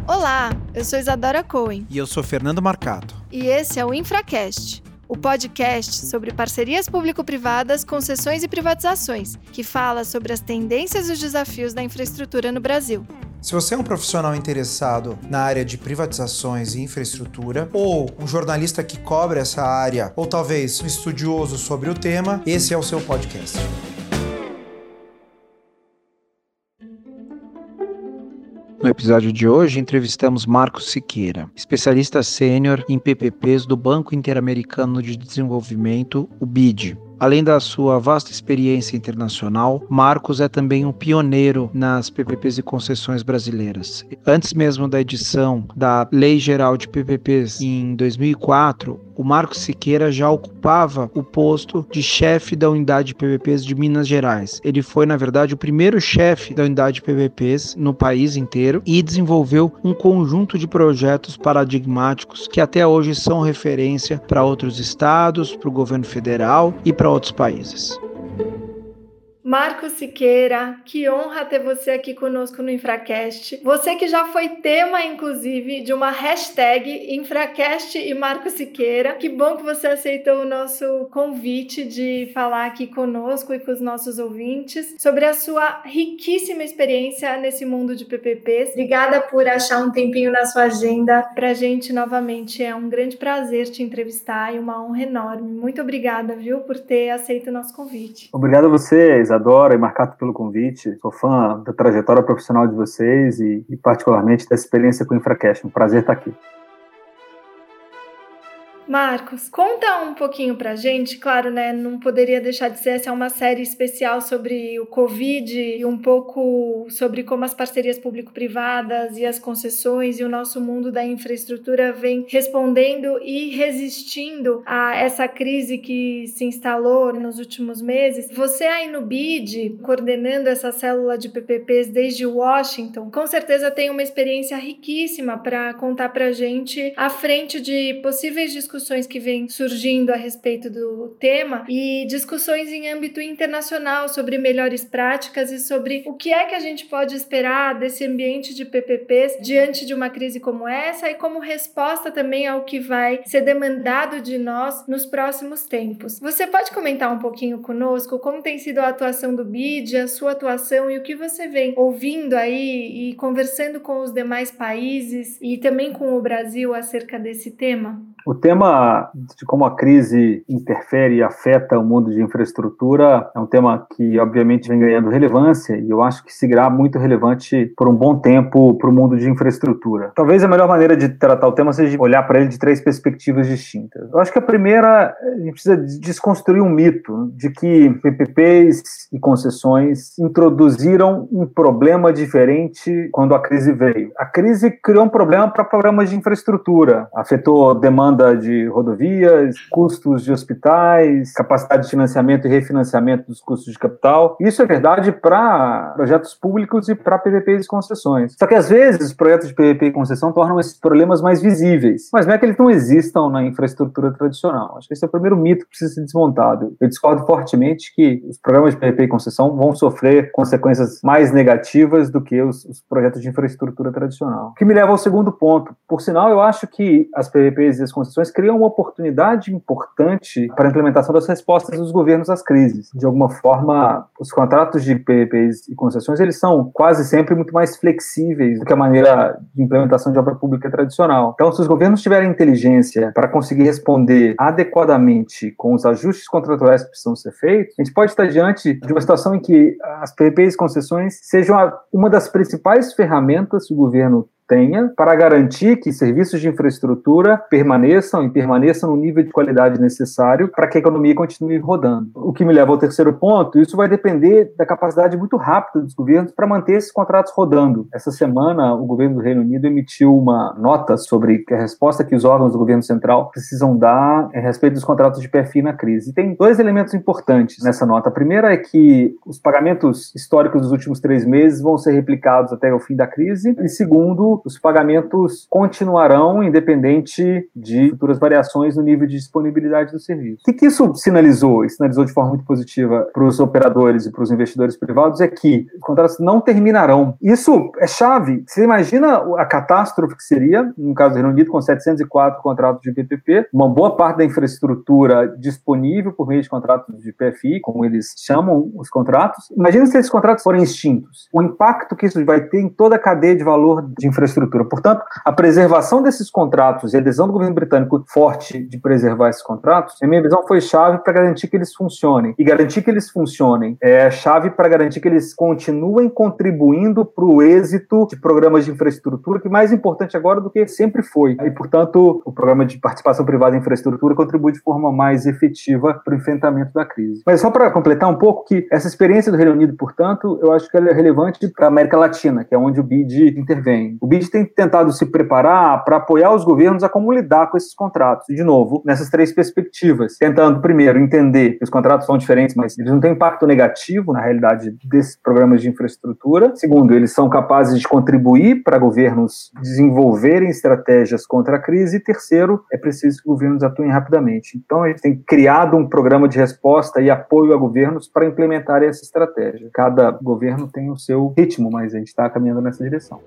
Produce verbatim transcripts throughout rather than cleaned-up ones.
Olá, eu sou Isadora Cohen. E eu sou Fernando Marcato. E esse é o InfraCast, o podcast sobre parcerias público-privadas, concessões e privatizações, que fala sobre as tendências e os desafios da infraestrutura no Brasil. Se você é um profissional interessado na área de privatizações e infraestrutura, ou um jornalista que cobre essa área, ou talvez um estudioso sobre o tema, esse é o seu podcast. No episódio de hoje, entrevistamos Marcos Siqueira, especialista sênior em P P Ps do Banco Interamericano de Desenvolvimento, o B I D. Além da sua vasta experiência internacional, Marcos é também um pioneiro nas P P Ps e concessões brasileiras. Antes mesmo da edição da Lei Geral de P P Ps em dois mil e quatro, o Marcos Siqueira já ocupava o posto de chefe da unidade de P P Ps de Minas Gerais. Ele foi, na verdade, o primeiro chefe da unidade de P P Ps no país inteiro e desenvolveu um conjunto de projetos paradigmáticos que até hoje são referência para outros estados, para o governo federal e para outros países. Marcos Siqueira, que honra ter você aqui conosco no InfraCast. Você que já foi tema, inclusive, de uma hashtag InfraCast e Marcos Siqueira. Que bom que você aceitou o nosso convite de falar aqui conosco e com os nossos ouvintes sobre a sua riquíssima experiência nesse mundo de P P Ps. Obrigada por achar um tempinho na sua agenda pra gente novamente. É um grande prazer te entrevistar e uma honra enorme. Muito obrigada, viu, por ter aceito o nosso convite. Obrigado a você, Isadora e Marcato, pelo convite. Sou fã da trajetória profissional de vocês e, e particularmente da experiência com o InfraCast. Um prazer estar aqui. Marcos, conta um pouquinho pra gente, claro, né, não poderia deixar de ser, essa é uma série especial sobre o Covid e um pouco sobre como as parcerias público-privadas e as concessões e o nosso mundo da infraestrutura vem respondendo e resistindo a essa crise que se instalou nos últimos meses. Você aí no B I D, coordenando essa célula de P P Ps desde Washington, com certeza tem uma experiência riquíssima para contar pra gente à frente de possíveis discussões que vêm surgindo a respeito do tema e discussões em âmbito internacional sobre melhores práticas e sobre o que é que a gente pode esperar desse ambiente de P P Ps diante de uma crise como essa e como resposta também ao que vai ser demandado de nós nos próximos tempos. Você pode comentar um pouquinho conosco como tem sido a atuação do B I D, a sua atuação e o que você vem ouvindo aí e conversando com os demais países e também com o Brasil acerca desse tema? O tema de como a crise interfere e afeta o mundo de infraestrutura é um tema que, obviamente, vem ganhando relevância e eu acho que seguirá muito relevante por um bom tempo para o mundo de infraestrutura. Talvez a melhor maneira de tratar o tema seja olhar para ele de três perspectivas distintas. Eu acho que a primeira, a gente precisa desconstruir um mito de que P P Ps e concessões introduziram um problema diferente quando a crise veio. A crise criou um problema para programas de infraestrutura, afetou demanda de rodovias, custos de hospitais, capacidade de financiamento e refinanciamento dos custos de capital. Isso é verdade para projetos públicos e para P P Ps e concessões. Só que às vezes os projetos de P P P e concessão tornam esses problemas mais visíveis. Mas não é que eles não existam na infraestrutura tradicional. Acho que esse é o primeiro mito que precisa ser desmontado. Eu discordo fortemente que os programas de P P P e concessão vão sofrer consequências mais negativas do que os, os projetos de infraestrutura tradicional. O que me leva ao segundo ponto. Por sinal, eu acho que as P P Ps e as concessões criam uma oportunidade importante para a implementação das respostas dos governos às crises. De alguma forma, os contratos de P P Ps e concessões, eles são quase sempre muito mais flexíveis do que a maneira de implementação de obra pública tradicional. Então, se os governos tiverem inteligência para conseguir responder adequadamente com os ajustes contratuais que precisam ser feitos, a gente pode estar diante de uma situação em que as P P Ps e concessões sejam uma das principais ferramentas que o governo tenha para garantir que serviços de infraestrutura permaneçam e permaneçam no nível de qualidade necessário para que a economia continue rodando. O que me leva ao terceiro ponto, isso vai depender da capacidade muito rápida dos governos para manter esses contratos rodando. Essa semana, o governo do Reino Unido emitiu uma nota sobre a resposta que os órgãos do governo central precisam dar a respeito dos contratos de P F I na crise. E tem dois elementos importantes nessa nota. A primeira é que os pagamentos históricos dos últimos três meses vão ser replicados até o fim da crise. E segundo, portanto, os pagamentos continuarão independente de futuras variações no nível de disponibilidade do serviço. O que, que isso sinalizou? Isso sinalizou de forma muito positiva para os operadores e para os investidores privados é que os contratos não terminarão. Isso é chave. Você imagina a catástrofe que seria, no caso do Reino Unido, com setecentos e quatro contratos de P P P, uma boa parte da infraestrutura disponível por meio de contratos de P F I, como eles chamam os contratos. Imagina se esses contratos forem extintos. O impacto que isso vai ter em toda a cadeia de valor de infraestrutura. Portanto, a preservação desses contratos e a decisão do governo britânico forte de preservar esses contratos, na minha visão, foi chave para garantir que eles funcionem. E garantir que eles funcionem é chave para garantir que eles continuem contribuindo para o êxito de programas de infraestrutura, que é mais importante agora do que sempre foi. E, portanto, o programa de participação privada em infraestrutura contribui de forma mais efetiva para o enfrentamento da crise. Mas só para completar um pouco, que essa experiência do Reino Unido, portanto, eu acho que ela é relevante para a América Latina, que é onde o B I D intervém. O B I D tem tentado se preparar para apoiar os governos a como lidar com esses contratos. De novo, nessas três perspectivas. Tentando, primeiro, entender que os contratos são diferentes, mas eles não têm impacto negativo na realidade desses programas de infraestrutura. Segundo, eles são capazes de contribuir para governos desenvolverem estratégias contra a crise. E terceiro, é preciso que governos atuem rapidamente. Então, a gente tem criado um programa de resposta e apoio a governos para implementar essa estratégia. Cada governo tem o seu ritmo, mas a gente está caminhando nessa direção.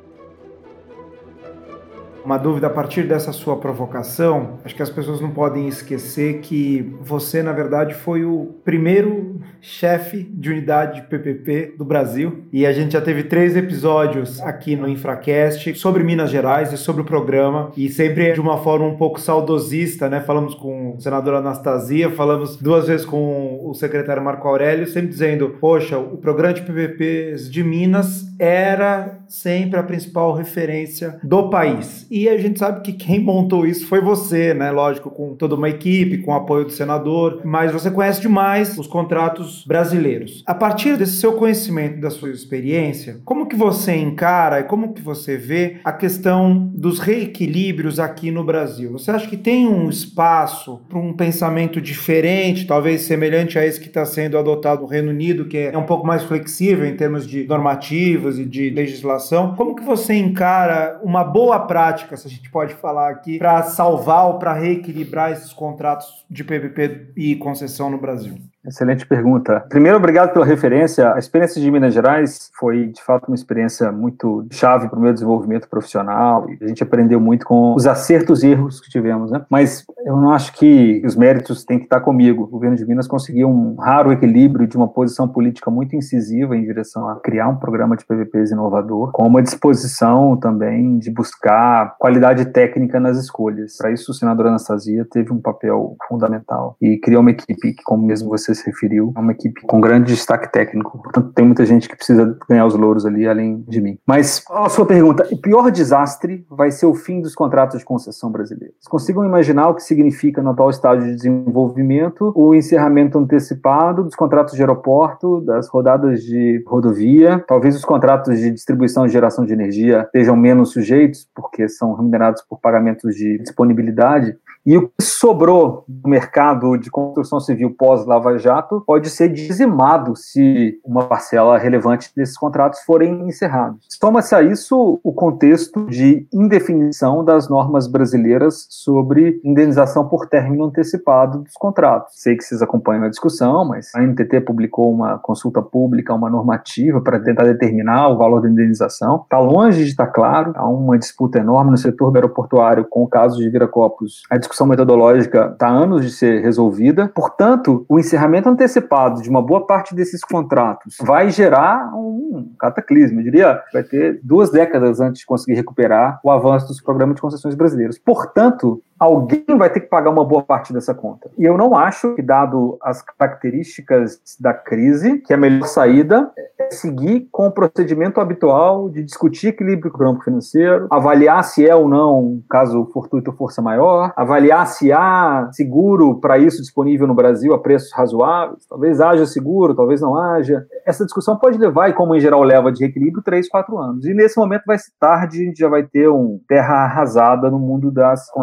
Uma dúvida a partir dessa sua provocação, acho que as pessoas não podem esquecer que você, na verdade, foi o primeiro chefe de unidade de P P P do Brasil, e a gente já teve três episódios aqui no InfraCast sobre Minas Gerais e sobre o programa, e sempre de uma forma um pouco saudosista, né? Falamos com o senador Anastasia, falamos duas vezes com o secretário Marco Aurélio, sempre dizendo, poxa, o programa de P P Ps de Minas era sempre a principal referência do país. E a gente sabe que quem montou isso foi você, né? Lógico, com toda uma equipe, com o apoio do senador, mas você conhece demais os contratos brasileiros. A partir desse seu conhecimento, da sua experiência, como que você encara e como que você vê a questão dos reequilíbrios aqui no Brasil? Você acha que tem um espaço para um pensamento diferente, talvez semelhante a esse que está sendo adotado no Reino Unido, que é um pouco mais flexível em termos de normativas e de legislação? Como que você encara uma boa prática, se a gente pode falar aqui, para salvar ou para reequilibrar esses contratos de P P P e concessão no Brasil? Excelente pergunta. Primeiro, obrigado pela referência. A experiência de Minas Gerais foi, de fato, uma experiência muito chave para o meu desenvolvimento profissional, e a gente aprendeu muito com os acertos e erros que tivemos, né? Mas eu não acho que os méritos têm que estar comigo. O governo de Minas conseguiu um raro equilíbrio de uma posição política muito incisiva em direção a criar um programa de P P Ps inovador, com uma disposição também de buscar qualidade técnica nas escolhas. Para isso, o senador Anastasia teve um papel fundamental e criou uma equipe que, como mesmo você se referiu, é uma equipe com grande destaque técnico. Portanto, tem muita gente que precisa ganhar os louros ali, além de mim. Mas, a sua pergunta, o pior desastre vai ser o fim dos contratos de concessão brasileiros. Vocês consigam imaginar o que significa, no atual estágio de desenvolvimento, o encerramento antecipado dos contratos de aeroporto, das rodadas de rodovia, talvez os contratos de distribuição e geração de energia estejam menos sujeitos, porque são remunerados por pagamentos de disponibilidade. E o que sobrou do mercado de construção civil pós-Lava Jato pode ser dizimado se uma parcela relevante desses contratos forem encerrados. Toma-se a isso o contexto de indefinição das normas brasileiras sobre indenização por término antecipado dos contratos. Sei que vocês acompanham a discussão, mas a N T T publicou uma consulta pública, uma normativa para tentar determinar o valor da indenização. Está longe de estar claro, há uma disputa enorme no setor aeroportuário com o caso de Viracopos. A discussão metodológica está há anos de ser resolvida. Portanto, o encerramento antecipado de uma boa parte desses contratos vai gerar um cataclismo. Eu diria que vai ter duas décadas antes de conseguir recuperar o avanço dos programas de concessões brasileiros. Portanto, alguém vai ter que pagar uma boa parte dessa conta. E eu não acho que, dado as características da crise, que a melhor saída é seguir com o procedimento habitual de discutir equilíbrio econômico financeiro, avaliar se é ou não, caso fortuito força maior, avaliar se há seguro para isso disponível no Brasil a preços razoáveis, talvez haja seguro, talvez não haja. Essa discussão pode levar, e como em geral leva de reequilíbrio, três, quatro anos. E nesse momento vai ser tarde, a gente já vai ter um terra arrasada no mundo das concessões. Por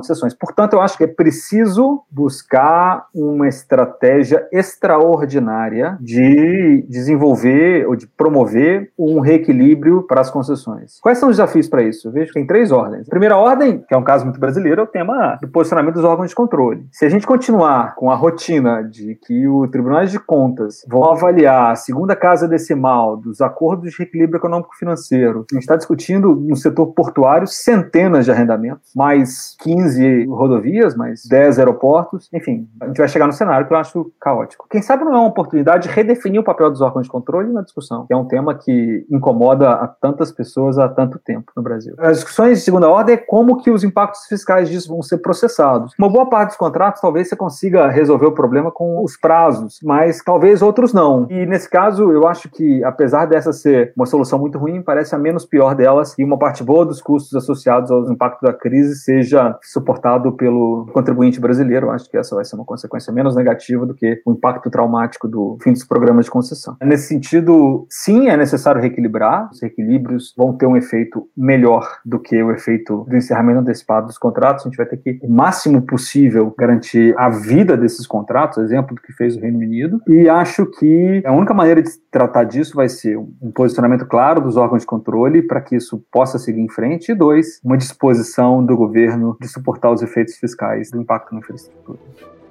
portanto, eu acho que é preciso buscar uma estratégia extraordinária de desenvolver ou de promover um reequilíbrio para as concessões. Quais são os desafios para isso? Eu vejo que tem três ordens. A primeira ordem, que é um caso muito brasileiro, é o tema do posicionamento dos órgãos de controle. Se a gente continuar com a rotina de que o Tribunal de Contas vão avaliar a segunda casa decimal dos acordos de reequilíbrio econômico-financeiro, a gente está discutindo no setor portuário centenas de arrendamentos, mais quinze rodovias, mais dez aeroportos, enfim, a gente vai chegar no cenário que eu acho caótico. Quem sabe não é uma oportunidade de redefinir o papel dos órgãos de controle na discussão, que é um tema que incomoda a tantas pessoas há tanto tempo no Brasil. As discussões de segunda ordem é como que os impactos fiscais disso vão ser processados. Uma boa parte dos contratos talvez você consiga resolver o problema com os prazos, mas talvez outros não. E nesse caso, eu acho que, apesar dessa ser uma solução muito ruim, parece a menos pior delas, e uma parte boa dos custos associados aos impactos da crise seja suportado pelo contribuinte brasileiro. Eu acho que essa vai ser uma consequência menos negativa do que o impacto traumático do fim dos programas de concessão. Nesse sentido, sim, é necessário reequilibrar. Os reequilíbrios vão ter um efeito melhor do que o efeito do encerramento antecipado dos contratos. A gente vai ter que, o máximo possível, garantir a vida desses contratos, exemplo do que fez o Reino Unido, e acho que a única maneira de tratar disso vai ser um posicionamento claro dos órgãos de controle para que isso possa seguir em frente, e dois, uma disposição do governo de suportar os efeitos fiscais do impacto na infraestrutura.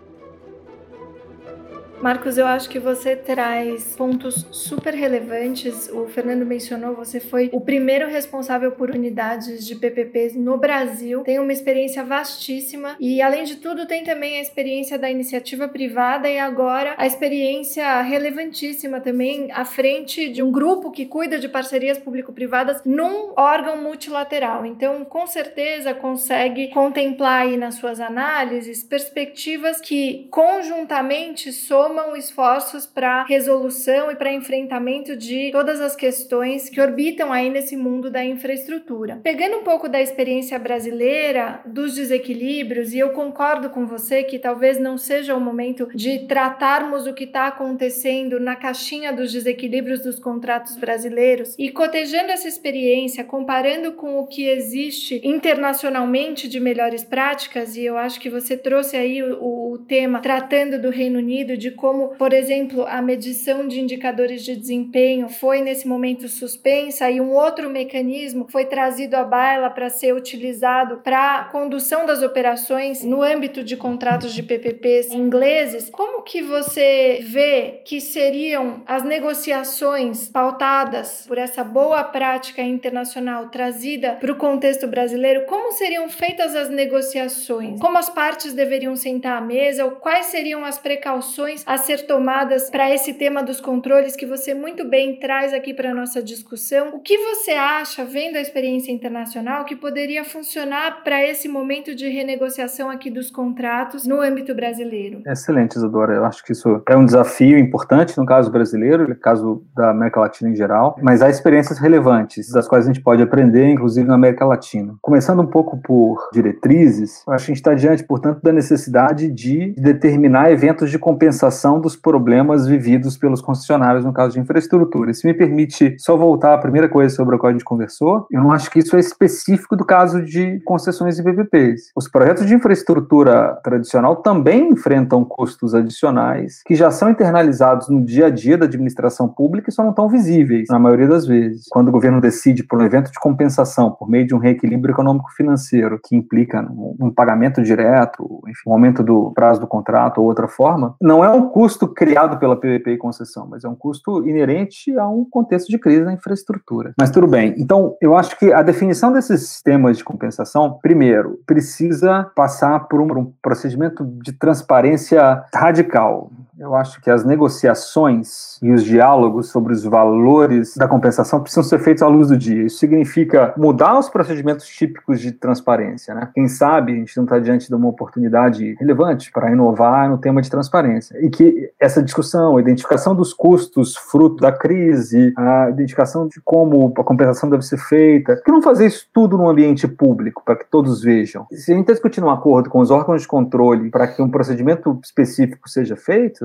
Marcos, eu acho que você traz pontos super relevantes. O Fernando mencionou, você foi o primeiro responsável por unidades de P P Ps no Brasil. Tem uma experiência vastíssima e, além de tudo, tem também a experiência da iniciativa privada e agora a experiência relevantíssima também à frente de um grupo que cuida de parcerias público-privadas num órgão multilateral. Então, com certeza, consegue contemplar aí nas suas análises perspectivas que, conjuntamente, somam esforços para resolução e para enfrentamento de todas as questões que orbitam aí nesse mundo da infraestrutura. Pegando um pouco da experiência brasileira, dos desequilíbrios, e eu concordo com você que talvez não seja o momento de tratarmos o que está acontecendo na caixinha dos desequilíbrios dos contratos brasileiros, e cotejando essa experiência, comparando com o que existe internacionalmente de melhores práticas, e eu acho que você trouxe aí o, o tema tratando do Reino Unido, de como, por exemplo, a medição de indicadores de desempenho foi nesse momento suspensa e um outro mecanismo foi trazido à baila para ser utilizado para a condução das operações no âmbito de contratos de P P Ps ingleses. Como que você vê que seriam as negociações pautadas por essa boa prática internacional trazida para o contexto brasileiro? Como seriam feitas as negociações? Como as partes deveriam sentar à mesa? Ou quais seriam as precauções a ser tomadas para esse tema dos controles que você muito bem traz aqui para a nossa discussão? O que você acha, vendo a experiência internacional, que poderia funcionar para esse momento de renegociação aqui dos contratos no âmbito brasileiro? Excelente, Isadora. Eu acho que isso é um desafio importante no caso brasileiro, no caso da América Latina em geral, mas há experiências relevantes das quais a gente pode aprender, inclusive na América Latina. Começando um pouco por diretrizes, eu acho que a gente está diante, portanto, da necessidade de determinar eventos de compensação dos problemas vividos pelos concessionários no caso de infraestrutura. Se me permite só voltar à primeira coisa sobre a qual a gente conversou, eu não acho que isso é específico do caso de concessões e P P Ps. Os projetos de infraestrutura tradicional também enfrentam custos adicionais que já são internalizados no dia a dia da administração pública e só não estão visíveis, na maioria das vezes. Quando o governo decide por um evento de compensação por meio de um reequilíbrio econômico-financeiro que implica um, um pagamento direto, enfim, um aumento do prazo do contrato ou outra forma, não é um custo criado pela P P P e concessão, mas é um custo inerente a um contexto de crise na infraestrutura. Mas tudo bem. Então, eu acho que a definição desses sistemas de compensação, primeiro, precisa passar por um, por um procedimento de transparência radical. Eu acho que as negociações e os diálogos sobre os valores da compensação precisam ser feitos à luz do dia. Isso significa mudar os procedimentos típicos de transparência, né? Quem sabe a gente não está diante de uma oportunidade relevante para inovar no tema de transparência. E que essa discussão, a identificação dos custos fruto da crise, a identificação de como a compensação deve ser feita, por que não fazer isso tudo num ambiente público, para que todos vejam? Se a gente está discutindo um acordo com os órgãos de controle para que um procedimento específico seja feito,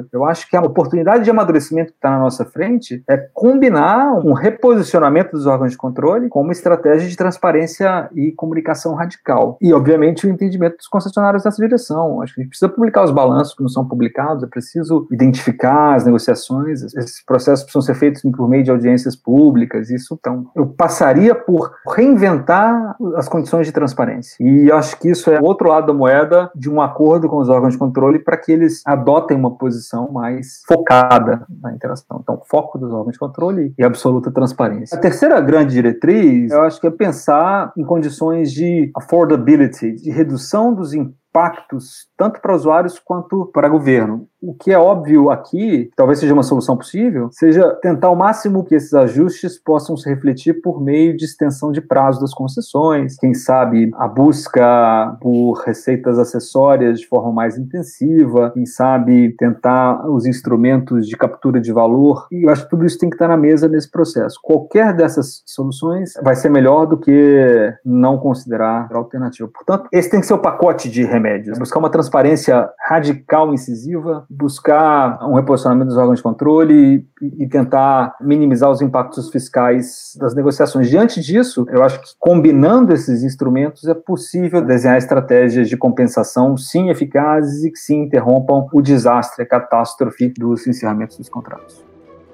outra. Eu acho que a oportunidade de amadurecimento que está na nossa frente é combinar um reposicionamento dos órgãos de controle com uma estratégia de transparência e comunicação radical. E, obviamente, o entendimento dos concessionários nessa direção. Acho que a gente precisa publicar os balanços que não são publicados, é preciso identificar as negociações, esses processos precisam ser feitos por meio de audiências públicas, isso, então, eu passaria por reinventar as condições de transparência. E acho que isso é o outro lado da moeda de um acordo com os órgãos de controle para que eles adotem uma posição mais focada na interação. Então, foco dos órgãos de controle e absoluta transparência. A terceira grande diretriz, eu acho que é pensar em condições de affordability, de redução dos impactos, tanto para usuários quanto para governo. O que é óbvio aqui, talvez seja uma solução possível, seja tentar ao máximo que esses ajustes possam se refletir por meio de extensão de prazo das concessões, quem sabe a busca por receitas acessórias de forma mais intensiva, quem sabe tentar os instrumentos de captura de valor, e eu acho que tudo isso tem que estar na mesa nesse processo. Qualquer dessas soluções vai ser melhor do que não considerar a alternativa. Portanto, esse tem que ser o pacote de remédios, buscar uma transparência radical e incisiva, buscar um reposicionamento dos órgãos de controle e, e tentar minimizar os impactos fiscais das negociações. Diante disso, eu acho que combinando esses instrumentos é possível desenhar estratégias de compensação sim eficazes e que sim interrompam o desastre, a catástrofe dos encerramentos dos contratos.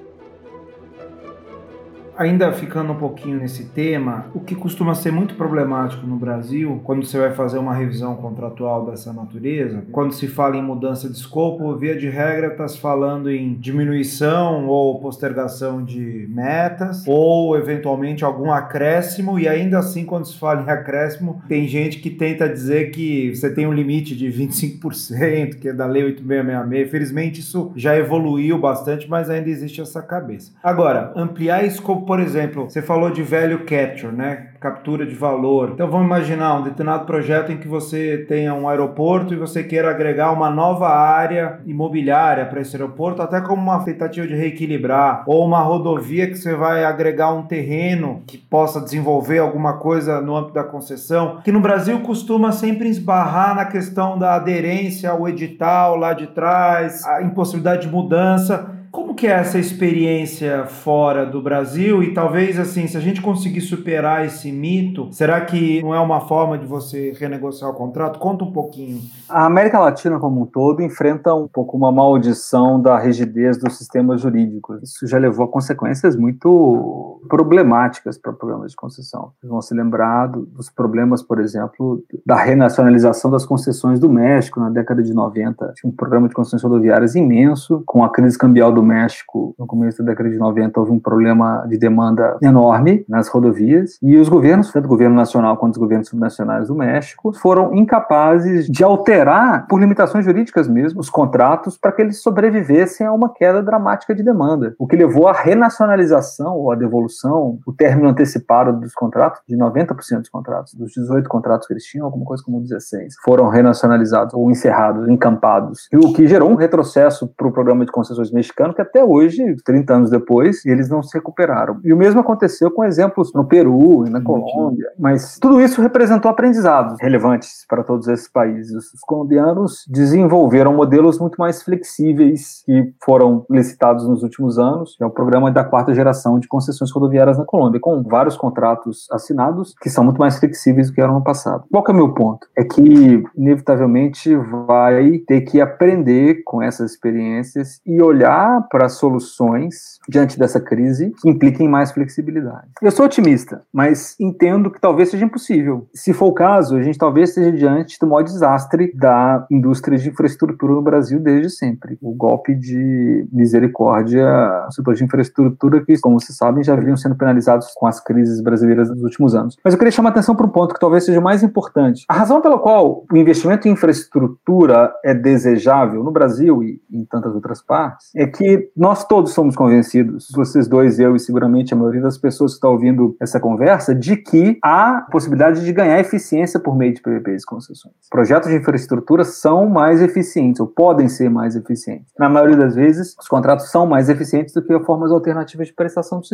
Ainda ficando um pouquinho nesse tema, o que costuma ser muito problemático no Brasil, quando você vai fazer uma revisão contratual dessa natureza, quando se fala em mudança de escopo, via de regra está se falando em diminuição ou postergação de metas, ou eventualmente algum acréscimo, e ainda assim, quando se fala em acréscimo, tem gente que tenta dizer que você tem um limite de vinte e cinco por cento, que é da Lei oito mil seiscentos e sessenta e seis. Felizmente isso já evoluiu bastante, mas ainda existe essa cabeça. Agora, ampliar escopo, por exemplo, você falou de value capture, né? Captura de valor. Então vamos imaginar um determinado projeto em que você tenha um aeroporto e você queira agregar uma nova área imobiliária para esse aeroporto, até como uma tentativa de reequilibrar, ou uma rodovia que você vai agregar um terreno que possa desenvolver alguma coisa no âmbito da concessão, que no Brasil costuma sempre esbarrar na questão da aderência ao edital lá de trás, a impossibilidade de mudança. Como que é essa experiência fora do Brasil? E talvez, assim, se a gente conseguir superar esse mito, será que não é uma forma de você renegociar o contrato? Conta um pouquinho. A América Latina como um todo enfrenta um pouco uma maldição da rigidez dos sistemas jurídicos. Isso já levou a consequências muito problemáticas para programas de concessão. Vocês vão se lembrar dos problemas, por exemplo, da renacionalização das concessões do México na década de noventa. Tinha um programa de concessões rodoviárias imenso, com a crise cambial do México, no começo da década de noventa, houve um problema de demanda enorme nas rodovias, e os governos, tanto o governo nacional quanto os governos subnacionais do México, foram incapazes de alterar, por limitações jurídicas mesmo, os contratos para que eles sobrevivessem a uma queda dramática de demanda, o que levou à renacionalização ou à devolução, o término antecipado dos contratos, de noventa por cento dos contratos, dos dezoito contratos que eles tinham, alguma coisa como dezesseis, foram renacionalizados ou encerrados, encampados, o que gerou um retrocesso para o programa de concessões mexicano, que até hoje, trinta anos depois, eles não se recuperaram. E o mesmo aconteceu com exemplos no Peru e na Colômbia, mas tudo isso representou aprendizados relevantes para todos esses países. Os colombianos desenvolveram modelos muito mais flexíveis que foram licitados nos últimos anos, que é o programa da quarta geração de concessões rodoviárias na Colômbia, com vários contratos assinados que são muito mais flexíveis do que eram no passado. Qual que é o meu ponto? É que, inevitavelmente, vai ter que aprender com essas experiências e olhar para soluções diante dessa crise que impliquem mais flexibilidade. Eu sou otimista, mas entendo que talvez seja impossível. Se for o caso, a gente talvez esteja diante do maior desastre da indústria de infraestrutura no Brasil desde sempre. O golpe de misericórdia no setor de infraestrutura que, como vocês sabem, já vinham sendo penalizados com as crises brasileiras dos últimos anos. Mas eu queria chamar a atenção para um ponto que talvez seja o mais importante. A razão pela qual o investimento em infraestrutura é desejável no Brasil e em tantas outras partes é que nós todos somos convencidos, vocês dois, eu e seguramente a maioria das pessoas que está ouvindo essa conversa, de que há possibilidade de ganhar eficiência por meio de P P Ps e concessões. Projetos de infraestrutura são mais eficientes, ou podem ser mais eficientes. Na maioria das vezes, os contratos são mais eficientes do que formas alternativas de prestação de serviço. Isso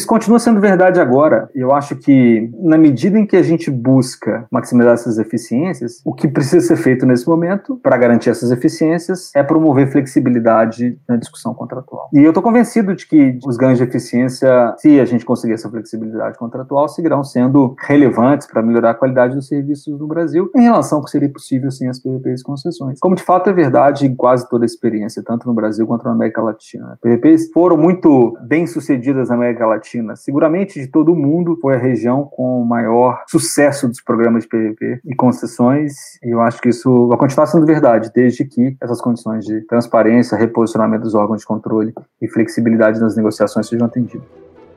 Isso continua sendo verdade agora. Eu acho que, na medida em que a gente busca maximizar essas eficiências, o que precisa ser feito nesse momento, para garantir essas eficiências, é promover flexibilidade na discussão contratual. E eu estou convencido de que os ganhos de eficiência, se a gente conseguir essa flexibilidade contratual, seguirão sendo relevantes para melhorar a qualidade dos serviços no Brasil, em relação ao que seria possível sem as P P Ps e concessões. Como de fato é verdade em quase toda a experiência, tanto no Brasil quanto na América Latina. As P P Ps foram muito bem sucedidas na América Latina. Seguramente, de todo o mundo, foi a região com o maior sucesso dos programas de P P P e concessões, e eu acho que isso vai continuar sendo verdade, desde que essas condições de transparência, reposicionamento dos órgãos de controle e flexibilidade nas negociações sejam atendidas.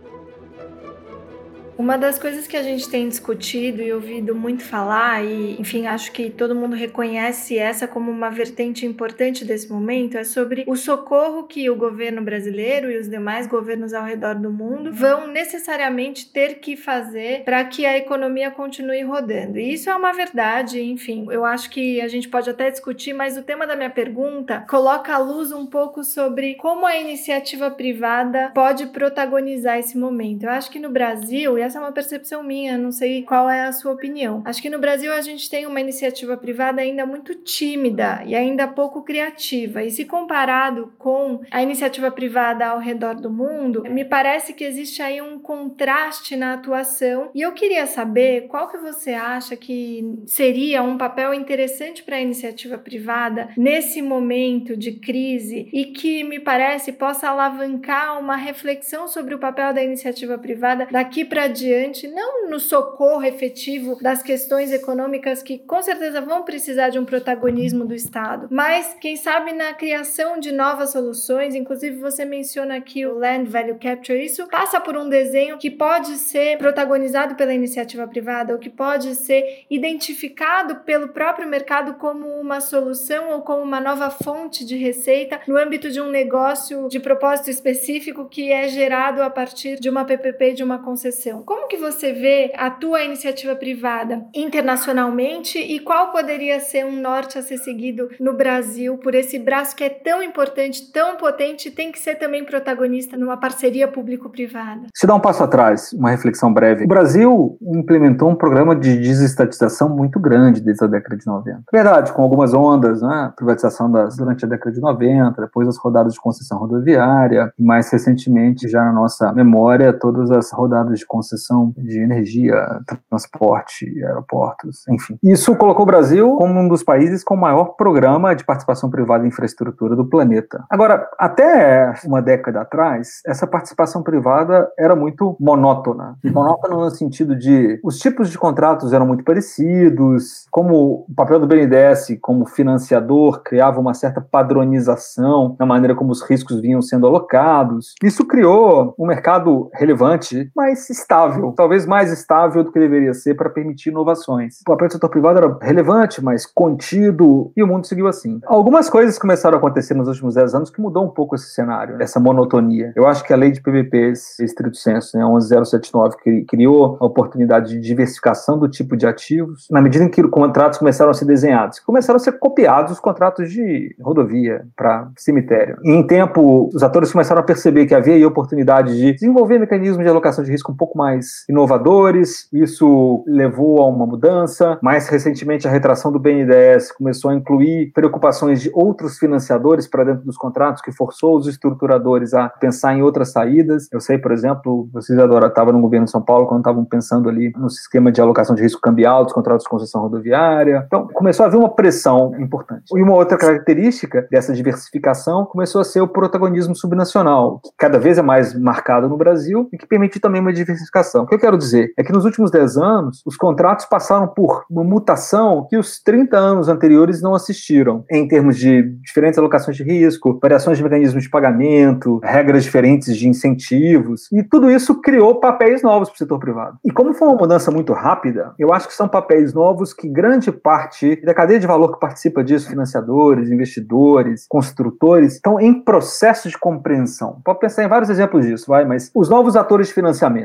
Uma das coisas que a gente tem discutido e ouvido muito falar, e enfim, acho que todo mundo reconhece essa como uma vertente importante desse momento, é sobre o socorro que o governo brasileiro e os demais governos ao redor do mundo vão necessariamente ter que fazer para que a economia continue rodando. E isso é uma verdade, enfim, eu acho que a gente pode até discutir, mas o tema da minha pergunta coloca à luz um pouco sobre como a iniciativa privada pode protagonizar esse momento. Eu acho que no Brasil, e essa é uma percepção minha, não sei qual é a sua opinião. Acho que no Brasil a gente tem uma iniciativa privada ainda muito tímida e ainda pouco criativa. E se comparado com a iniciativa privada ao redor do mundo, me parece que existe aí um contraste na atuação. E eu queria saber qual que você acha que seria um papel interessante para a iniciativa privada nesse momento de crise e que me parece possa alavancar uma reflexão sobre o papel da iniciativa privada daqui para adiante, não no socorro efetivo das questões econômicas que com certeza vão precisar de um protagonismo do Estado, mas quem sabe na criação de novas soluções. Inclusive você menciona aqui o Land Value Capture, isso passa por um desenho que pode ser protagonizado pela iniciativa privada ou que pode ser identificado pelo próprio mercado como uma solução ou como uma nova fonte de receita no âmbito de um negócio de propósito específico que é gerado a partir de uma P P P, de uma concessão. Como que você vê a tua iniciativa privada internacionalmente e qual poderia ser um norte a ser seguido no Brasil por esse braço que é tão importante, tão potente e tem que ser também protagonista numa parceria público-privada? Se dá um passo atrás, uma reflexão breve. O Brasil implementou um programa de desestatização muito grande desde a década de noventa. Verdade, com algumas ondas, né? Privatização das, durante a década de noventa, depois as rodadas de concessão rodoviária e mais recentemente, já na nossa memória, todas as rodadas de concessão de energia, transporte, aeroportos, enfim. Isso colocou o Brasil como um dos países com o maior programa de participação privada em infraestrutura do planeta. Agora, até uma década atrás, essa participação privada era muito monótona. Monótona no sentido de os tipos de contratos eram muito parecidos, como o papel do B N D E S como financiador criava uma certa padronização na maneira como os riscos vinham sendo alocados. Isso criou um mercado relevante, mas estável, talvez mais estável do que deveria ser para permitir inovações. O papel do setor privado era relevante, mas contido, e o mundo seguiu assim. Algumas coisas começaram a acontecer nos últimos dez anos que mudou um pouco esse cenário, essa monotonia. Eu acho que a lei de P P Ps, estrito senso, né, onze mil setenta e nove, criou a oportunidade de diversificação do tipo de ativos, na medida em que os contratos começaram a ser desenhados. Começaram a ser copiados os contratos de rodovia para cemitério. E, em tempo, os atores começaram a perceber que havia aí oportunidade de desenvolver mecanismos de alocação de risco um pouco mais inovadores. Isso levou a uma mudança. Mais recentemente, a retração do B N D E S começou a incluir preocupações de outros financiadores para dentro dos contratos, que forçou os estruturadores a pensar em outras saídas. Eu sei, por exemplo, vocês adoram, estavam no governo de São Paulo quando estavam pensando ali no sistema de alocação de risco cambial dos contratos de concessão rodoviária. Então, começou a haver uma pressão importante. E uma outra característica dessa diversificação começou a ser o protagonismo subnacional, que cada vez é mais marcado no Brasil e que permite também uma diversificação. O que eu quero dizer é que nos últimos dez anos, os contratos passaram por uma mutação que os trinta anos anteriores não assistiram, em termos de diferentes alocações de risco, variações de mecanismos de pagamento, regras diferentes de incentivos, e tudo isso criou papéis novos para o setor privado. E como foi uma mudança muito rápida, eu acho que são papéis novos que grande parte da cadeia de valor que participa disso, financiadores, investidores, construtores, estão em processo de compreensão. Pode pensar em vários exemplos disso, vai, mas os novos atores de financiamento,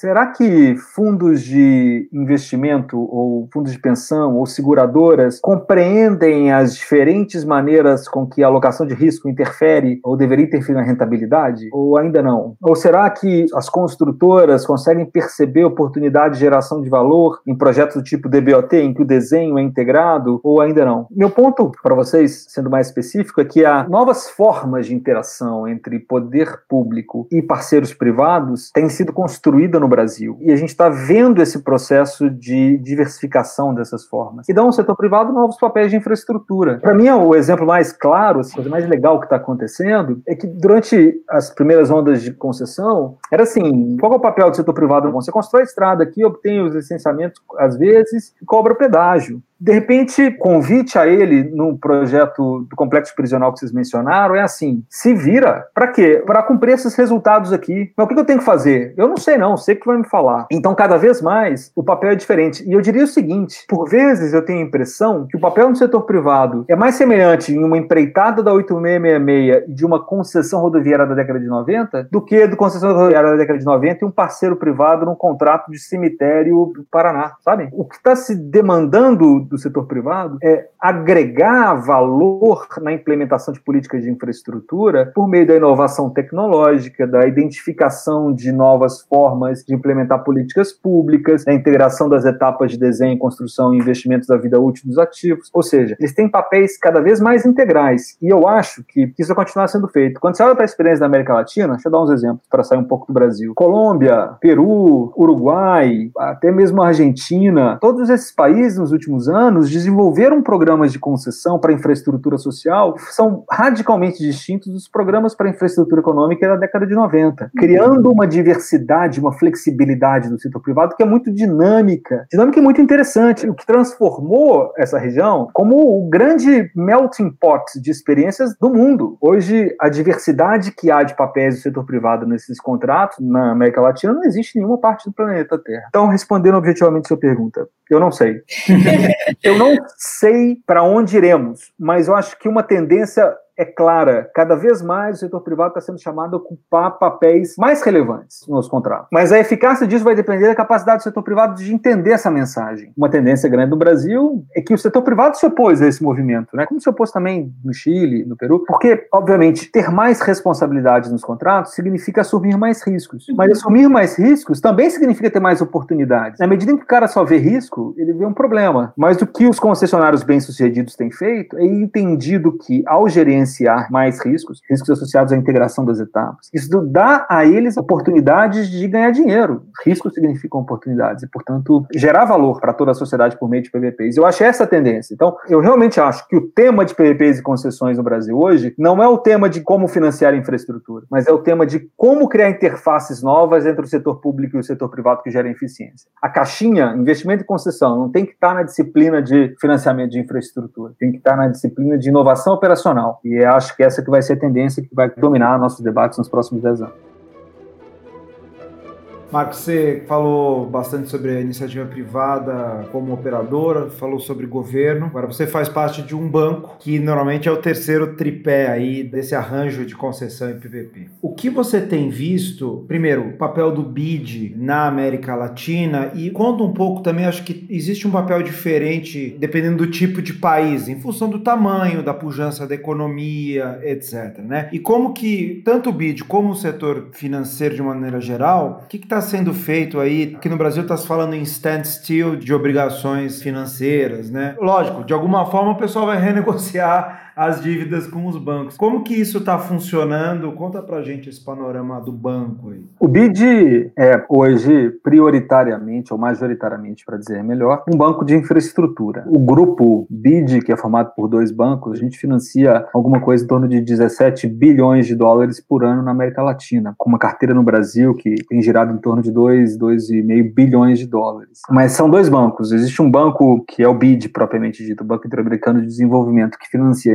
será que fundos de investimento ou fundos de pensão ou seguradoras compreendem as diferentes maneiras com que a alocação de risco interfere ou deveria interferir na rentabilidade? Ou ainda não? Ou será que as construtoras conseguem perceber oportunidade de geração de valor em projetos do tipo D B O T, em que o desenho é integrado, ou ainda não? Meu ponto para vocês, sendo mais específico, é que há novas formas de interação entre poder público e parceiros privados têm sido construída no Brasil. E a gente está vendo esse processo de diversificação dessas formas. E dá ao setor privado novos papéis de infraestrutura. Para mim, o exemplo mais claro, a coisa mais legal que está acontecendo, é que durante as primeiras ondas de concessão, era assim, qual é o papel do setor privado? Você constrói a estrada aqui, obtém os licenciamentos, às vezes, e cobra pedágio. De repente, convite a ele no projeto do complexo prisional que vocês mencionaram é assim, se vira, para quê? Para cumprir esses resultados aqui. Mas o que eu tenho que fazer? Eu não sei não, sei que vai me falar. Então, cada vez mais, o papel é diferente. E eu diria o seguinte, por vezes eu tenho a impressão que o papel no setor privado é mais semelhante em uma empreitada da oito seis seis seis e de uma concessão rodoviária da década de noventa do que do concessão rodoviária da década de noventa e um parceiro privado num contrato de cemitério do Paraná, sabe? O que está se demandando do setor privado é agregar valor na implementação de políticas de infraestrutura por meio da inovação tecnológica, da identificação de novas formas de implementar políticas públicas, da integração das etapas de desenho, construção e investimentos da vida útil dos ativos. Ou seja, eles têm papéis cada vez mais integrais e eu acho que isso vai continuar sendo feito. Quando você olha para a experiência da América Latina, deixa eu dar uns exemplos para sair um pouco do Brasil. Colômbia, Peru, Uruguai, até mesmo a Argentina, todos esses países nos últimos anos desenvolveram programas de concessão para infraestrutura social que são radicalmente distintos dos programas para infraestrutura econômica da década de noventa, criando uma diversidade, uma flexibilidade do setor privado que é muito dinâmica, dinâmica e muito interessante, o que transformou essa região como o grande melting pot de experiências do mundo. Hoje, a diversidade que há de papéis do setor privado nesses contratos na América Latina não existe em nenhuma parte do planeta Terra. Então, respondendo objetivamente a sua pergunta, eu não sei. Eu não sei para onde iremos, mas eu acho que uma tendência é clara. Cada vez mais o setor privado está sendo chamado a ocupar papéis mais relevantes nos contratos. Mas a eficácia disso vai depender da capacidade do setor privado de entender essa mensagem. Uma tendência grande no Brasil é que o setor privado se opôs a esse movimento, né? Como se opôs também no Chile, no Peru, porque, obviamente, ter mais responsabilidades nos contratos significa assumir mais riscos. Mas assumir mais riscos também significa ter mais oportunidades. Na medida em que o cara só vê risco, ele vê um problema. Mas o que os concessionários bem-sucedidos têm feito é entendido que, ao gerenciar mais riscos, riscos associados à integração das etapas. Isso dá a eles oportunidades de ganhar dinheiro. Riscos significam oportunidades e, portanto, gerar valor para toda a sociedade por meio de P V Pês. Eu acho essa a tendência. Então, eu realmente acho que o tema de P V Pês e concessões no Brasil hoje não é o tema de como financiar a infraestrutura, mas é o tema de como criar interfaces novas entre o setor público e o setor privado que gerem eficiência. A caixinha, investimento e concessão, não tem que estar na disciplina de financiamento de infraestrutura, tem que estar na disciplina de inovação operacional. E E acho que essa que vai ser a tendência que vai dominar nossos debates nos próximos dez anos. Marcos, você falou bastante sobre a iniciativa privada como operadora, falou sobre governo. Agora você faz parte de um banco que normalmente é o terceiro tripé aí desse arranjo de concessão em P P P. O que você tem visto, primeiro, o papel do B I D na América Latina e conta um pouco também, acho que existe um papel diferente dependendo do tipo de país, em função do tamanho, da pujança da economia, etcétera, né? E como que tanto o B I D como o setor financeiro de maneira geral, o que está sendo feito aí? Aqui no Brasil está se falando em standstill de obrigações financeiras, né? Lógico, de alguma forma o pessoal vai renegociar as dívidas com os bancos. Como que isso está funcionando? Conta pra gente esse panorama do banco aí. O B I D é hoje prioritariamente, ou majoritariamente, para dizer melhor, um banco de infraestrutura. O grupo B I D, que é formado por dois bancos, a gente financia alguma coisa em torno de dezessete bilhões de dólares por ano na América Latina, com uma carteira no Brasil que tem girado em torno de dois, dois vírgula cinco bilhões de dólares. Mas são dois bancos. Existe um banco que é o B I D propriamente dito, o Banco Interamericano de Desenvolvimento, que financia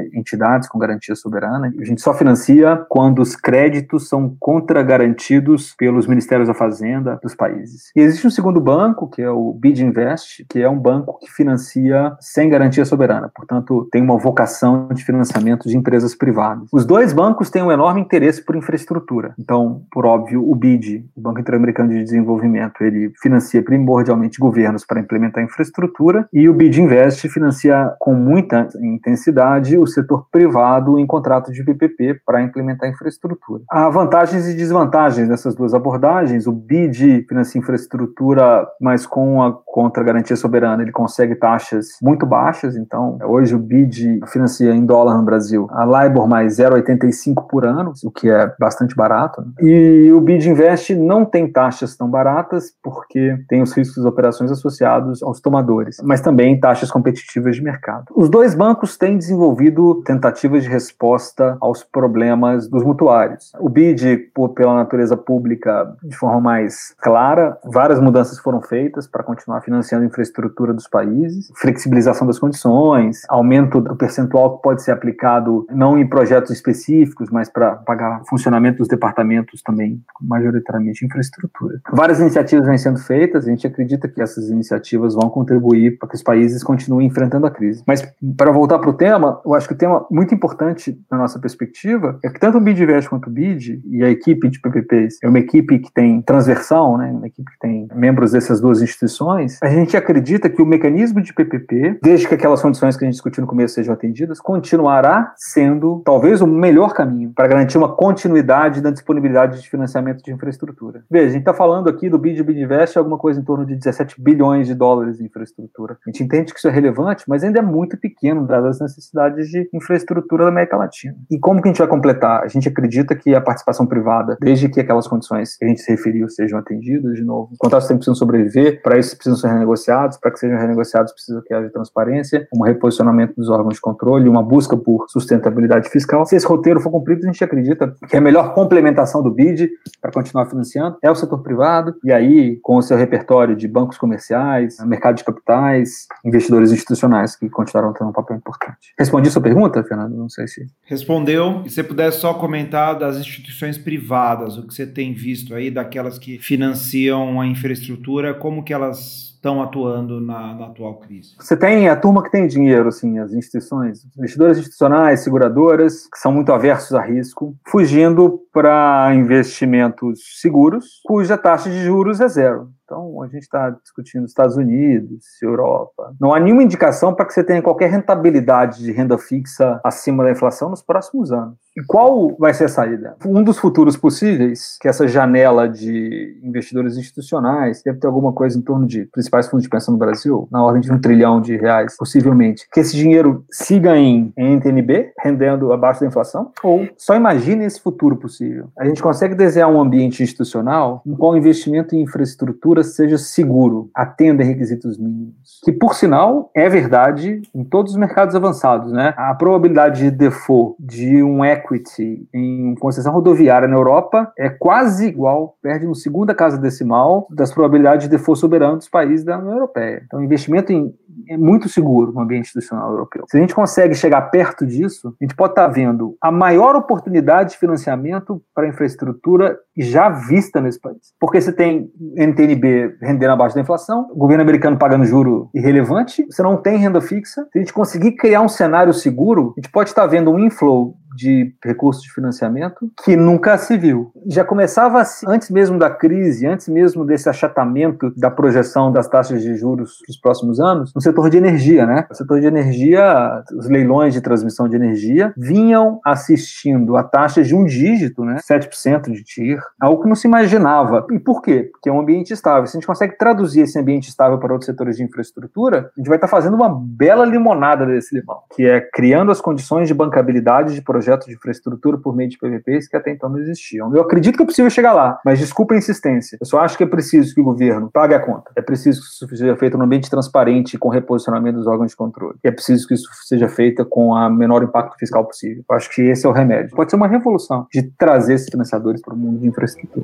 de entidades com garantia soberana. A gente só financia quando os créditos são contragarantidos pelos Ministérios da Fazenda dos países. E existe um segundo banco, que é o B I D Invest, que é um banco que financia sem garantia soberana, portanto, tem uma vocação de financiamento de empresas privadas. Os dois bancos têm um enorme interesse por infraestrutura. Então, por óbvio, o B I D, o Banco Interamericano de Desenvolvimento, ele financia primordialmente governos para implementar infraestrutura, e o B I D Invest financia com muita intensidade o setor privado em contratos de P P P para implementar infraestrutura. Há vantagens e desvantagens nessas duas abordagens. O B I D financia infraestrutura, mas com a contra-garantia soberana ele consegue taxas muito baixas. Então, hoje o B I D financia em dólar no Brasil a LIBOR mais zero vírgula oitenta e cinco por ano, o que é bastante barato. E o B I D Invest não tem taxas tão baratas porque tem os riscos de operações associados aos tomadores, mas também taxas competitivas de mercado. Os dois bancos têm desenvolvido tentativas de resposta aos problemas dos mutuários. O B I D, por, pela natureza pública, de forma mais clara, várias mudanças foram feitas para continuar financiando a infraestrutura dos países, flexibilização das condições, aumento do percentual que pode ser aplicado não em projetos específicos, mas para pagar funcionamento dos departamentos também, majoritariamente infraestrutura. Várias iniciativas vêm sendo feitas, a gente acredita que essas iniciativas vão contribuir para que os países continuem enfrentando a crise. Mas, para voltar para o tema, eu acho que o tema muito importante na nossa perspectiva é que tanto o B I D Invest quanto o B I D e a equipe de P P Ps é uma equipe que tem transversal, né, uma equipe que tem membros dessas duas instituições. A gente acredita que o mecanismo de P P P, desde que aquelas condições que a gente discutiu no começo sejam atendidas, continuará sendo talvez o melhor caminho para garantir uma continuidade da disponibilidade de financiamento de infraestrutura. Veja, a gente está falando aqui do B I D e B I D Invest, alguma coisa em torno de dezessete bilhões de dólares de infraestrutura. A gente entende que isso é relevante, mas ainda é muito pequeno, dadas as necessidades de infraestrutura da América Latina. E como que a gente vai completar? A gente acredita que a participação privada, desde que aquelas condições que a gente se referiu sejam atendidas, de novo, os contratos sempre precisam sobreviver, para isso precisam ser renegociados, para que sejam renegociados precisa que haja transparência, um reposicionamento dos órgãos de controle, uma busca por sustentabilidade fiscal. Se esse roteiro for cumprido, a gente acredita que a melhor complementação do B I D para continuar financiando é o setor privado, e aí, com o seu repertório de bancos comerciais, mercado de capitais, investidores institucionais, que continuarão tendo um papel importante. Respondi sua pergunta, Fernando? Não sei se... Respondeu. E se você pudesse só comentar das instituições privadas, o que você tem visto aí, daquelas que financiam a infraestrutura, como que elas estão atuando na, na atual crise? Você tem a turma que tem dinheiro, assim, as instituições, investidores institucionais, seguradoras, que são muito aversos a risco, fugindo para investimentos seguros, cuja taxa de juros é zero. Então, a gente está discutindo Estados Unidos, Europa. Não há nenhuma indicação para que você tenha qualquer rentabilidade de renda fixa acima da inflação nos próximos anos. E qual vai ser a saída? Um dos futuros possíveis, que essa janela de investidores institucionais, deve ter alguma coisa em torno de principais fundos de pensão no Brasil, na ordem de um trilhão de reais, possivelmente, que esse dinheiro siga em, em N T N B, rendendo abaixo da inflação, ou só imagine esse futuro possível. A gente consegue desenhar um ambiente institucional no qual o investimento em infraestrutura seja seguro, atenda a requisitos mínimos. Que, por sinal, é verdade em todos os mercados avançados, né? A probabilidade de default de um equity em concessão rodoviária na Europa é quase igual, perde no segunda casa decimal das probabilidades de default soberano dos países da União Europeia. Então, o investimento em, é muito seguro no ambiente institucional europeu. Se a gente consegue chegar perto disso, a gente pode estar vendo a maior oportunidade de financiamento para a infraestrutura já vista nesse país. Porque você tem N T N B rendendo abaixo da inflação, o governo americano pagando juro irrelevante, você não tem renda fixa. Se a gente conseguir criar um cenário seguro, a gente pode estar vendo um inflow de recursos de financiamento que nunca se viu. Já começava assim, antes mesmo da crise, antes mesmo desse achatamento da projeção das taxas de juros para os próximos anos, no setor de energia, né? O setor de energia, os leilões de transmissão de energia vinham assistindo a taxas de um dígito, né? sete por cento de T I R, algo que não se imaginava. E por quê? Porque é um ambiente estável. Se a gente consegue traduzir esse ambiente estável para outros setores de infraestrutura, a gente vai estar fazendo uma bela limonada desse limão, que é criando as condições de bancabilidade de projetos de infraestrutura por meio de P V Ps que até então não existiam. Eu acredito que é possível chegar lá, mas desculpa a insistência. Eu só acho que é preciso que o governo pague a conta. É preciso que isso seja feito num ambiente transparente com reposicionamento dos órgãos de controle. E é preciso que isso seja feito com o menor impacto fiscal possível. Eu acho que esse é o remédio. Pode ser uma revolução de trazer esses financiadores para o mundo de infraestrutura.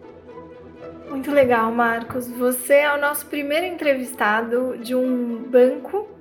Muito legal, Marcos. Você é o nosso primeiro entrevistado de um banco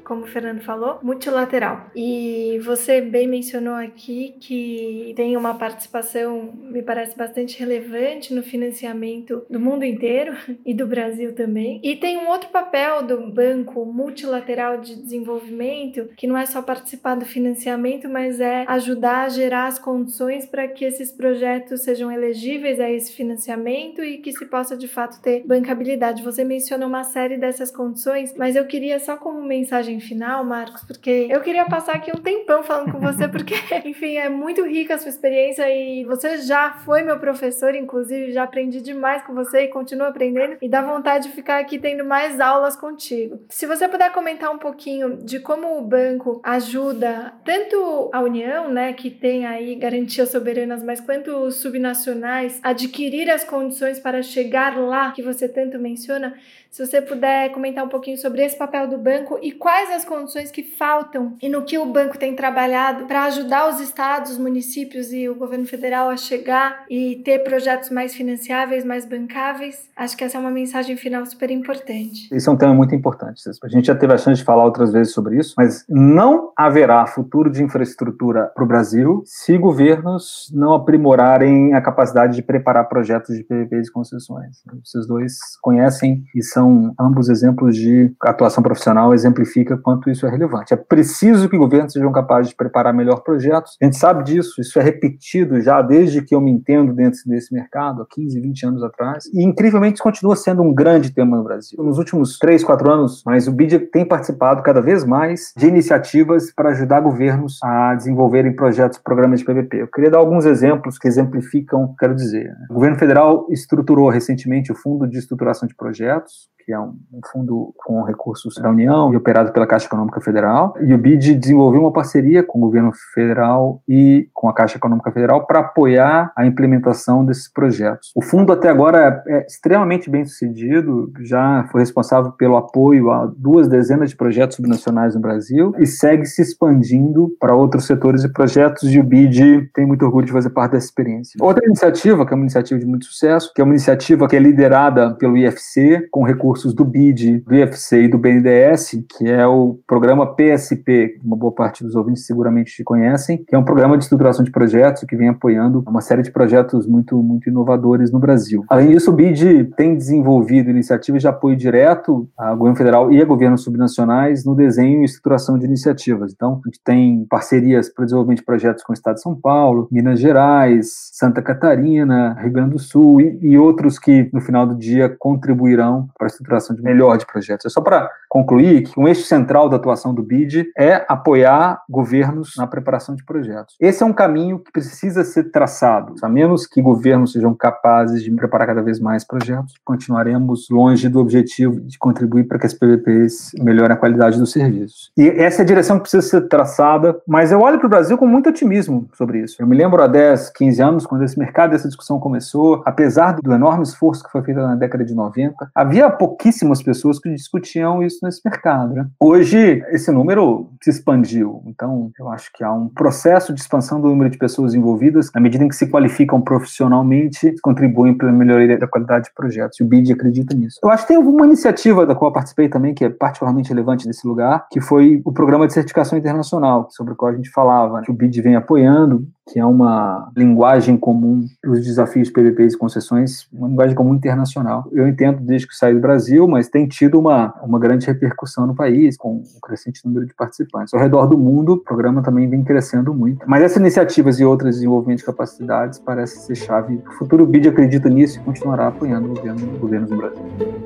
como o Fernando falou, multilateral. E você bem mencionou aqui que tem uma participação, me parece bastante relevante no financiamento do mundo inteiro e do Brasil também. E tem um outro papel do Banco Multilateral de Desenvolvimento, que não é só participar do financiamento, mas é ajudar a gerar as condições para que esses projetos sejam elegíveis a esse financiamento e que se possa de fato ter bancabilidade. Você mencionou uma série dessas condições, mas eu queria só como mensagem final, Marcos, porque eu queria passar aqui um tempão falando com você, porque, enfim, é muito rica a sua experiência e você já foi meu professor, inclusive, já aprendi demais com você e continuo aprendendo e dá vontade de ficar aqui tendo mais aulas contigo. Se você puder comentar um pouquinho de como o banco ajuda tanto a União, né, que tem aí garantias soberanas, mas quanto os subnacionais a adquirir as condições para chegar lá que você tanto menciona, se você puder comentar um pouquinho sobre esse papel do banco e quais as condições que faltam e no que o banco tem trabalhado para ajudar os estados, os municípios e o governo federal a chegar e ter projetos mais financiáveis, mais bancáveis. Acho que essa é uma mensagem final super importante. Esse é um tema muito importante. A gente já teve a chance de falar outras vezes sobre isso, mas não haverá futuro de infraestrutura para o Brasil se governos não aprimorarem a capacidade de preparar projetos de P P Ps e concessões. Vocês dois conhecem e são ambos exemplos de atuação profissional, exemplifica quanto isso é relevante. É preciso que governos sejam capazes de preparar melhor projetos. A gente sabe disso, isso é repetido já desde que eu me entendo dentro desse mercado, há quinze, vinte anos atrás, e incrivelmente isso continua sendo um grande tema no Brasil. Nos últimos três, quatro anos, mas o B I D tem participado cada vez mais de iniciativas para ajudar governos a desenvolverem projetos, programas de P P P. Eu queria dar alguns exemplos que exemplificam, quero dizer. O governo federal estruturou recentemente o Fundo de Estruturação de Projetos, que é um, um fundo com recursos da União e operado pela Caixa Econômica Federal, e o B I D desenvolveu uma parceria com o governo federal e com a Caixa Econômica Federal para apoiar a implementação desses projetos. O fundo até agora é, é extremamente bem sucedido, já foi responsável pelo apoio a duas dezenas de projetos subnacionais no Brasil e segue se expandindo para outros setores e projetos, e o B I D tem muito orgulho de fazer parte dessa experiência. Outra iniciativa, que é uma iniciativa de muito sucesso, que é uma iniciativa que é liderada pelo I F C, com recursos do B I D, do I F C e do B N D E S, que é o programa P S P, que uma boa parte dos ouvintes seguramente conhecem, que é um programa de estruturação de projetos que vem apoiando uma série de projetos muito, muito inovadores no Brasil. Além disso, o B I D tem desenvolvido iniciativas de apoio direto ao governo federal e a governos subnacionais no desenho e estruturação de iniciativas. Então, a gente tem parcerias para o desenvolvimento de projetos com o Estado de São Paulo, Minas Gerais, Santa Catarina, Rio Grande do Sul e, e outros que, no final do dia, contribuirão para a estruturação de melhor de projetos. É só para concluir que um eixo central da atuação do B I D é apoiar governos na preparação de projetos. Esse é um caminho que precisa ser traçado. A menos que governos sejam capazes de preparar cada vez mais projetos, continuaremos longe do objetivo de contribuir para que as P P Ps melhorem a qualidade dos serviços. E essa é a direção que precisa ser traçada, mas eu olho para o Brasil com muito otimismo sobre isso. Eu me lembro há dez, quinze anos, quando esse mercado, essa discussão começou, apesar do enorme esforço que foi feito na década de noventa, havia pouquíssimas pessoas que discutiam isso nesse mercado, né? Hoje, esse número se expandiu. Então, eu acho que há um processo de expansão do número de pessoas envolvidas, na medida em que se qualificam profissionalmente, contribuem para a melhoria da qualidade de projetos. E o B I D acredita nisso. Eu acho que tem uma iniciativa da qual eu participei também, que é particularmente relevante nesse lugar, que foi o Programa de Certificação Internacional, sobre o qual a gente falava, que o B I D vem apoiando, que é uma linguagem comum para os desafios de P P Ps e concessões, uma linguagem comum internacional. Eu entendo desde que saí do Brasil, mas tem tido uma, uma grande repercussão no país, com um crescente número de participantes. Ao redor do mundo, o programa também vem crescendo muito. Mas essas iniciativas e outras de desenvolvimento de capacidades parecem ser chave. O futuro B I D acredita nisso e continuará apoiando o governo, governos no Brasil.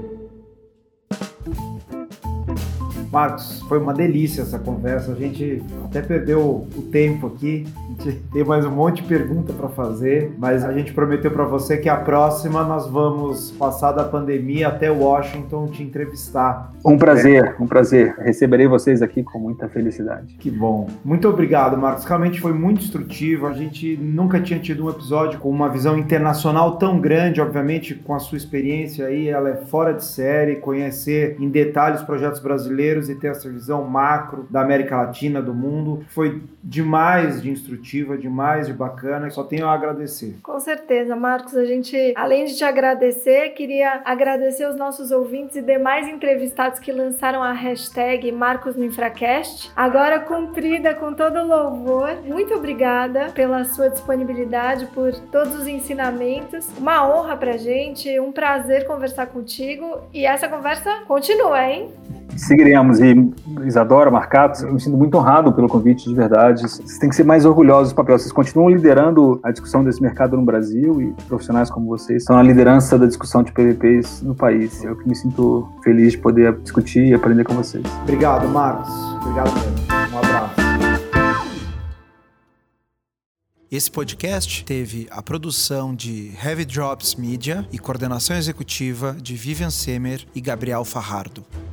Marcos, foi uma delícia essa conversa, a gente até perdeu o tempo aqui, a gente tem mais um monte de pergunta para fazer, mas a gente prometeu para você que a próxima nós vamos passar da pandemia até Washington te entrevistar. Um prazer, um prazer. Receberei vocês aqui com muita felicidade. Que bom. Muito obrigado, Marcos. Realmente foi muito instrutivo. A gente nunca tinha tido um episódio com uma visão internacional tão grande, obviamente, com a sua experiência aí, ela é fora de série, conhecer em detalhes os projetos brasileiros e ter essa visão macro da América Latina, do mundo. Foi demais de instrutivo. positiva, demais de bacana. Só tenho a agradecer. Com certeza, Marcos. A gente, além de te agradecer, queria agradecer os nossos ouvintes e demais entrevistados que lançaram a hashtag Marcos no Infracast. Agora cumprida com todo louvor. Muito obrigada pela sua disponibilidade, por todos os ensinamentos. Uma honra pra gente, um prazer conversar contigo. E essa conversa continua, hein? Seguiremos. E Isadora, Marcato, eu me sinto muito honrado pelo convite, de verdade. Vocês têm que ser mais orgulhosos do papel. Vocês continuam liderando a discussão desse mercado no Brasil e profissionais como vocês estão na liderança da discussão de P V Ps no país. Eu que me sinto feliz de poder discutir e aprender com vocês. Obrigado, Marcos. Obrigado mesmo. Um abraço. Esse podcast teve a produção de Heavy Drops Media e coordenação executiva de Vivian Semer e Gabriel Fajardo.